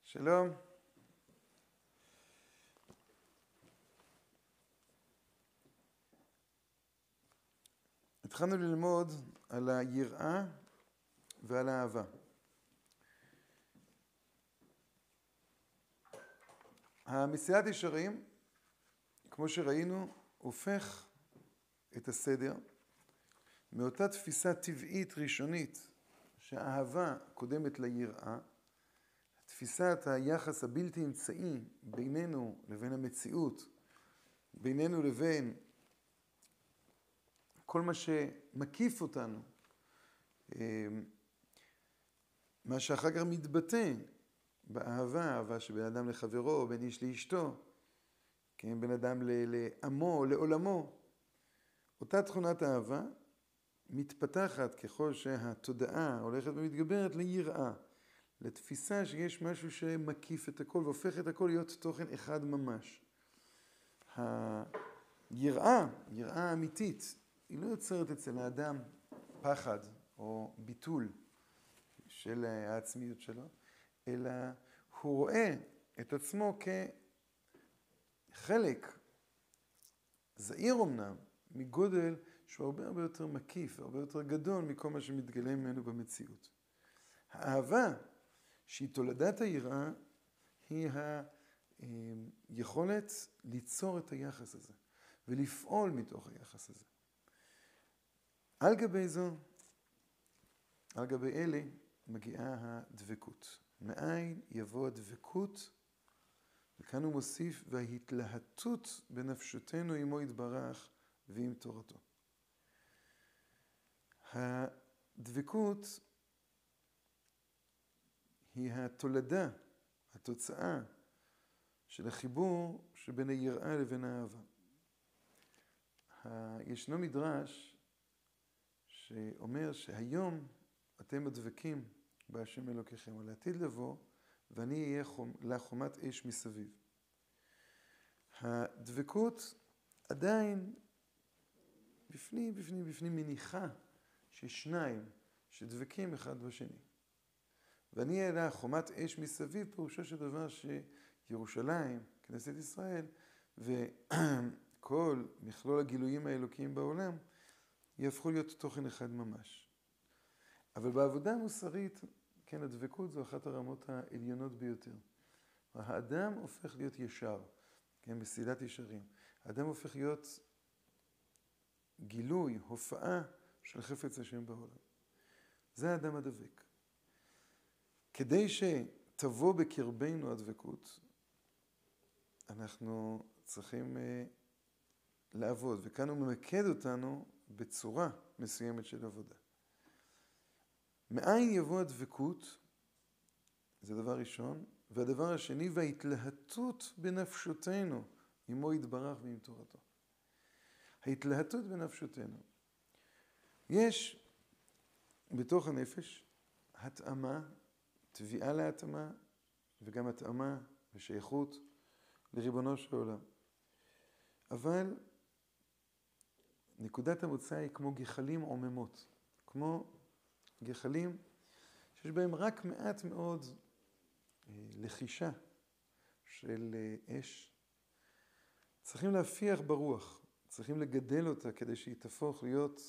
שלום. התחלנו ללמוד על היראה ועל האהבה. המסילת ישרים, כמו שראינו, הופך את הסדר מאותה תפיסה טבעית ראשונית שהאהבה קודמת ליראה, תפיסת היחס הבלתי אמצעי בינינו לבין המציאות, בינינו לבין כל מה שמקיף אותנו, מה שאחר כך מתבטא באהבה, אהבה שבין אדם לחברו, בין איש לאשתו, כן, בין אדם לעמו, לעולמו. אותה תכונת אהבה מתפתחת ככל שהתודעה הולכת ומתגברת ליראה, לתפיסה שיש משהו שמקיף את הכל והופך את הכל להיות תוכן אחד ממש. היראה, יראה אמיתית, היא לא יוצרת אצל האדם פחד או ביטול של העצמיות שלו, אלא הוא רואה את עצמו כחלק זעיר אמנם מגודל שהוא הרבה יותר מקיף, הרבה יותר גדול מכל מה שמתגלה ממנו במציאות. האהבה שהיא תולדת היראה היא היכולת ליצור את היחס הזה ולפעול מתוך היחס הזה. על גבי זו, על גבי אלה, מגיעה הדבקות. מאין יבוא הדבקות, וכאן הוא מוסיף, וההתלהטות בנפשותנו עמו יתברך ועם תורתו. הדבקות היא התולדה, התוצאה של החיבור שבין היראה לבין האהבה. ישנו מדרש שאומר שהיום אתם הדבקים בהשם אלוקיכם, על העתיד לבוא, ואני אהיה לחומת אש מסביב. הדבקות עדיין בפנים מניחה ששניים שדבקים אחד בשני. ואני אהיה לחומת אש מסביב, פירושו של דבר שירושלים, כנסת ישראל, וכל מכלול הגילויים האלוקיים בעולם, יהפכו להיות תוכן אחד ממש. אבל בעבודה המוסרית, כן, הדבקות זו אחת הרמות העליונות ביותר. האדם הופך להיות ישר, כן, מסילת ישרים. האדם הופך להיות גילוי, הופעה של חפץ השם בעולם. זה האדם הדבק. כדי שתבוא בקרבנו הדבקות, אנחנו צריכים לעבוד, וכאן הוא ממקד אותנו בצורה מסוימת של עבודה. מאין יבוא הדבקות, זה דבר ראשון, והדבר השני, וההתלהטות בנפשותנו, עמו יתברך ועם תורתו. ההתלהטות בנפשותנו. יש בתוך הנפש התאמה, תביעה להתאמה, וגם התאמה ושייכות לריבונו של עולם. אבל נקודת המוצא היא כמו גחלים עוממות, כמו גחלים שיש בהם רק מעט מאוד לחישה של אש. צריכים להפיח ברוח, צריכים לגדל אותה כדי שהיא תהפוך להיות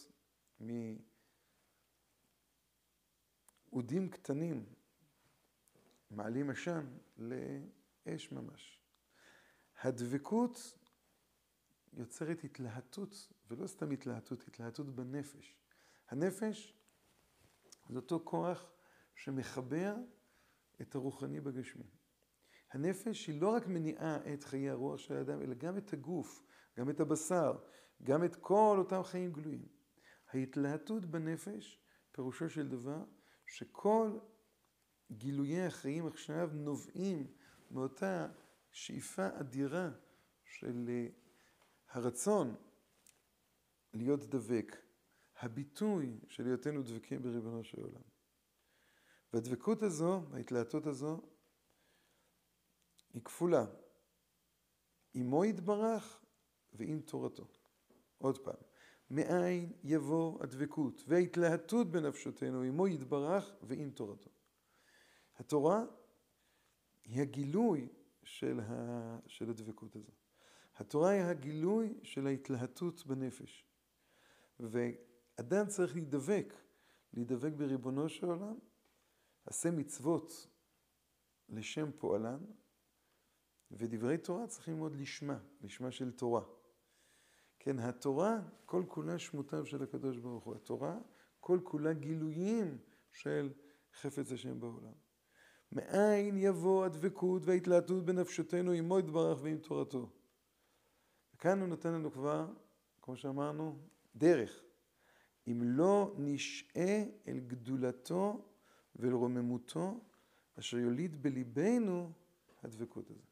מעודים קטנים, מעלים עשן לאש ממש. הדבקות יוצרת התלהטות, ולא סתם התלהטות, התלהטות בנפש. הנפש זה אותו כוח שמחבר את הרוחני בגשמי. הנפש היא לא רק מניעה את חיי הרוח של האדם, אלא גם את הגוף, גם את הבשר, גם את כל אותם חיים גלויים. ההתלהטות בנפש, פירושו של דבר, שכל גילויי החיים עכשיו נובעים מאותה שאיפה אדירה של הרצון להיות דבק, הביטוי של היותנו דבקים בריבונו של עולם. והדבקות הזו, ההתלהטות הזו, היא כפולה. עמו יתברך ועם תורתו. עוד פעם, מאין יבוא הדבקות וההתלהטות בנפשותנו, עמו יתברך ועם תורתו. התורה היא הגילוי של הדבקות הזו. התורה היא הגילוי של ההתלהטות בנפש. ואדם צריך להידבק בריבונו של עולם, עשה מצוות לשם פועלן, ודברי תורה צריכים ללמוד לשמה של תורה. כן, התורה כל כולה שמותיו של הקדוש ברוך הוא. התורה כל כולה גילויים של חפץ השם בעולם. מאין יבוא הדבקות וההתלהטות בנפשותנו עמו יתברך ועם תורתו. וכאן הוא נותן לנו כבר, כמו שאמרנו, דרך. אם לא נשעה אל גדולתו ואל רוממותו, אשר יוליד בליבנו הדבקות הזה.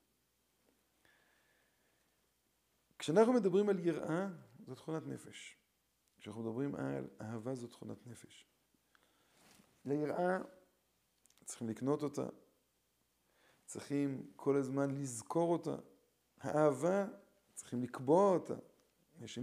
כשאנחנו מדברים על יראה, זו תכונת נפש. כשאנחנו מדברים על אהבה, זו תכונת נפש. ליראה צריכים לקנות אותה, צריכים כל הזמן לזכור אותה. האהבה צריכים לקבוע אותה. יש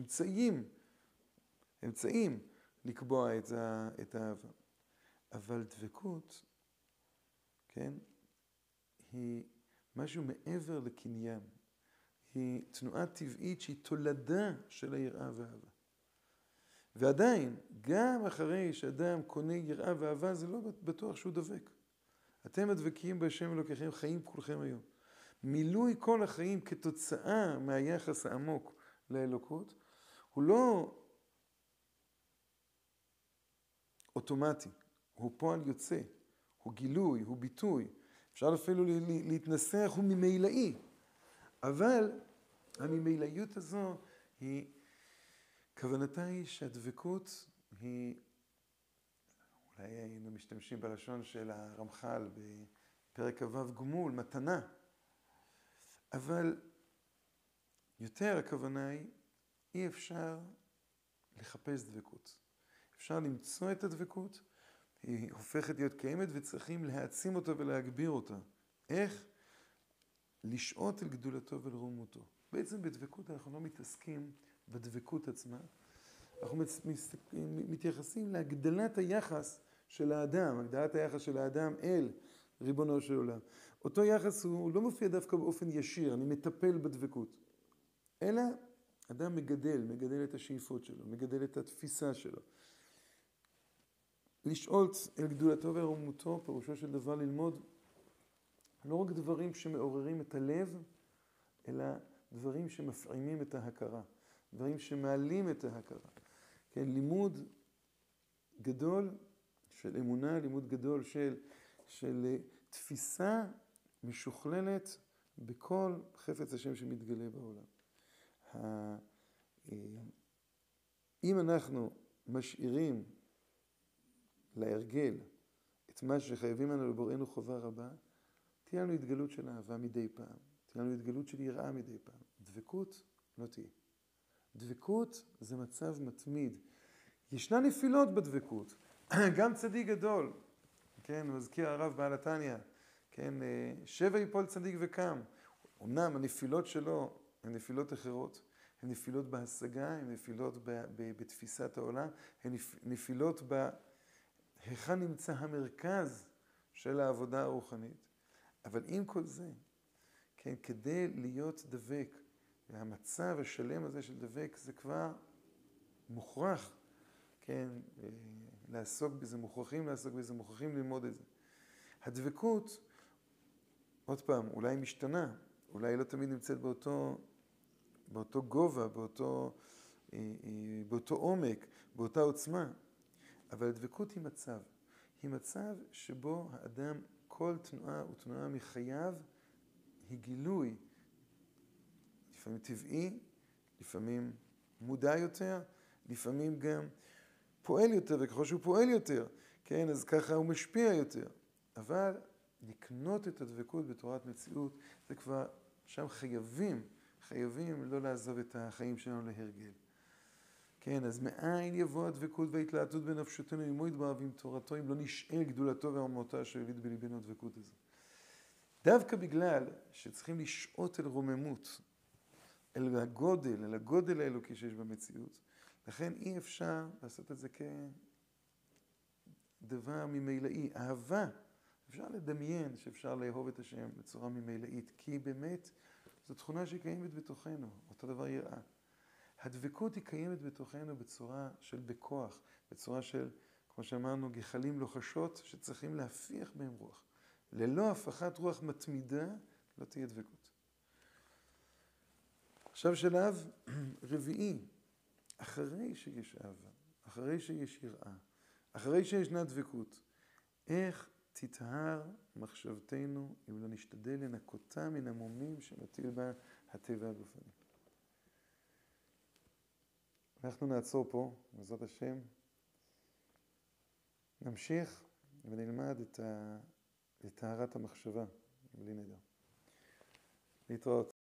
אמצעים לקבוע את האהבה. אבל דבקות, כן, היא משהו מעבר לקניין. היא תנועה טבעית שהיא תולדה של היראה והאהבה. ועדיין, גם אחרי שאדם קונה יראה ואהבה, זה לא בטוח שהוא דבק. אתם הדבקים בהשם אלוקיכם חיים כולכם היום. מילוי כל החיים כתוצאה מהיחס העמוק לאלוקות, הוא לא אוטומטי, הוא פועל יוצא, הוא גילוי, הוא ביטוי. אפשר אפילו להתנסח, הוא ממילאי. אבל הממילאיות הזו היא, כוונתה היא שהדבקות היא, אולי היינו משתמשים בלשון של הרמח"ל בפרק ו' גמול, מתנה. אבל יותר הכוונה היא, אי אפשר לחפש דבקות. אפשר למצוא את הדבקות, היא הופכת להיות קיימת וצריכים להעצים אותה ולהגביר אותה. איך? לשעות אל גדולתו ואל רוממותו. בעצם בדבקות אנחנו לא מתעסקים בדבקות עצמה, אנחנו מתייחסים להגדלת היחס של האדם, הגדלת היחס של האדם אל ריבונו של עולם. אותו יחס הוא לא מופיע דווקא באופן ישיר, אני מטפל בדבקות. אלא אדם מגדל את השאיפות שלו, מגדל את התפיסה שלו. לשאול אל גדולתו ורוממותו, פירושו של דבר ללמוד לא רק דברים שמעוררים את הלב, אלא דברים שמפעימים את ההכרה, דברים שמעלים את ההכרה. כן, לימוד גדול של אמונה, לימוד גדול של תפיסה משוכללת בכל חפץ השם שמתגלה בעולם. אם אנחנו משאירים להרגל את מה שחייבים לנו לבוראנו חובה רבה, תהיה לנו התגלות של אהבה מדי פעם, תהיה לנו התגלות של יראה מדי פעם. דבקות לא תהיה. דבקות זה מצב מתמיד. ישנה נפילות בדבקות. גם צדיק גדול, כן, מזכיר הרב בעל התניא, כן, 7 יפול צדיק וקם. אמנם הנפילות שלו הן נפילות אחרות, הן נפילות בהשגה, הן נפילות בתפיסת העולם, הן נפילות היכן נמצא המרכז של העבודה הרוחנית. אבל עם כל זה, כן, כדי להיות דבק, והמצב השלם הזה של דבק, זה כבר מוכרח, כן, לעסוק בזה, מוכרחים לעסוק בזה, מוכרחים ללמוד את זה. הדבקות, עוד פעם, אולי משתנה, אולי לא תמיד נמצאת באותו גובה, באותו עומק, באותה עוצמה, אבל הדבקות היא מצב שבו האדם, כל תנועה ותנועה מחייו, היא גילוי, לפעמים טבעי, לפעמים מודע יותר, לפעמים גם פועל יותר, וככל שהוא פועל יותר, כן, אז ככה הוא משפיע יותר. אבל לקנות את הדבקות בתורת מציאות, זה כבר, שם חייבים לא לעזוב את החיים שלנו להרגל. כן, אז מאין יבוא הדבקות וההתלהטות בנפשותנו עמו יתברך ועם תורתו, אם לא נשאל גדולתו ורוממותו אשר יוליד בליבנו הדבקות הזו. דווקא בגלל שצריכים לשעות אל רוממות, אל הגודל האלוקי שיש במציאות, לכן אי אפשר לעשות את זה כדבר ממילאי. אהבה אפשר לדמיין שאפשר לאהוב את השם בצורה ממילאית, כי באמת זו תכונה שהיא קיימת בתוכנו, אותו דבר יראה. הדבקות היא קיימת בתוכנו בצורה של בכוח, בצורה של, כמו שאמרנו, גחלים לוחשות שצריכים להפיח בהם רוח. ללא הפחת רוח מתמידה לא תהיה דבקות. עכשיו שלב רביעי, אחרי שיש אהבה, אחרי שיש יראה, אחרי שישנה דבקות, איך תטהר מחשבתנו אם לא נשתדל לנקותה מן המומים שמטיל בה הטבע הגופני. אנחנו נעצור פה, בעזרת השם, נמשיך ונלמד את טהרת המחשבה, בלי נדר. להתראות.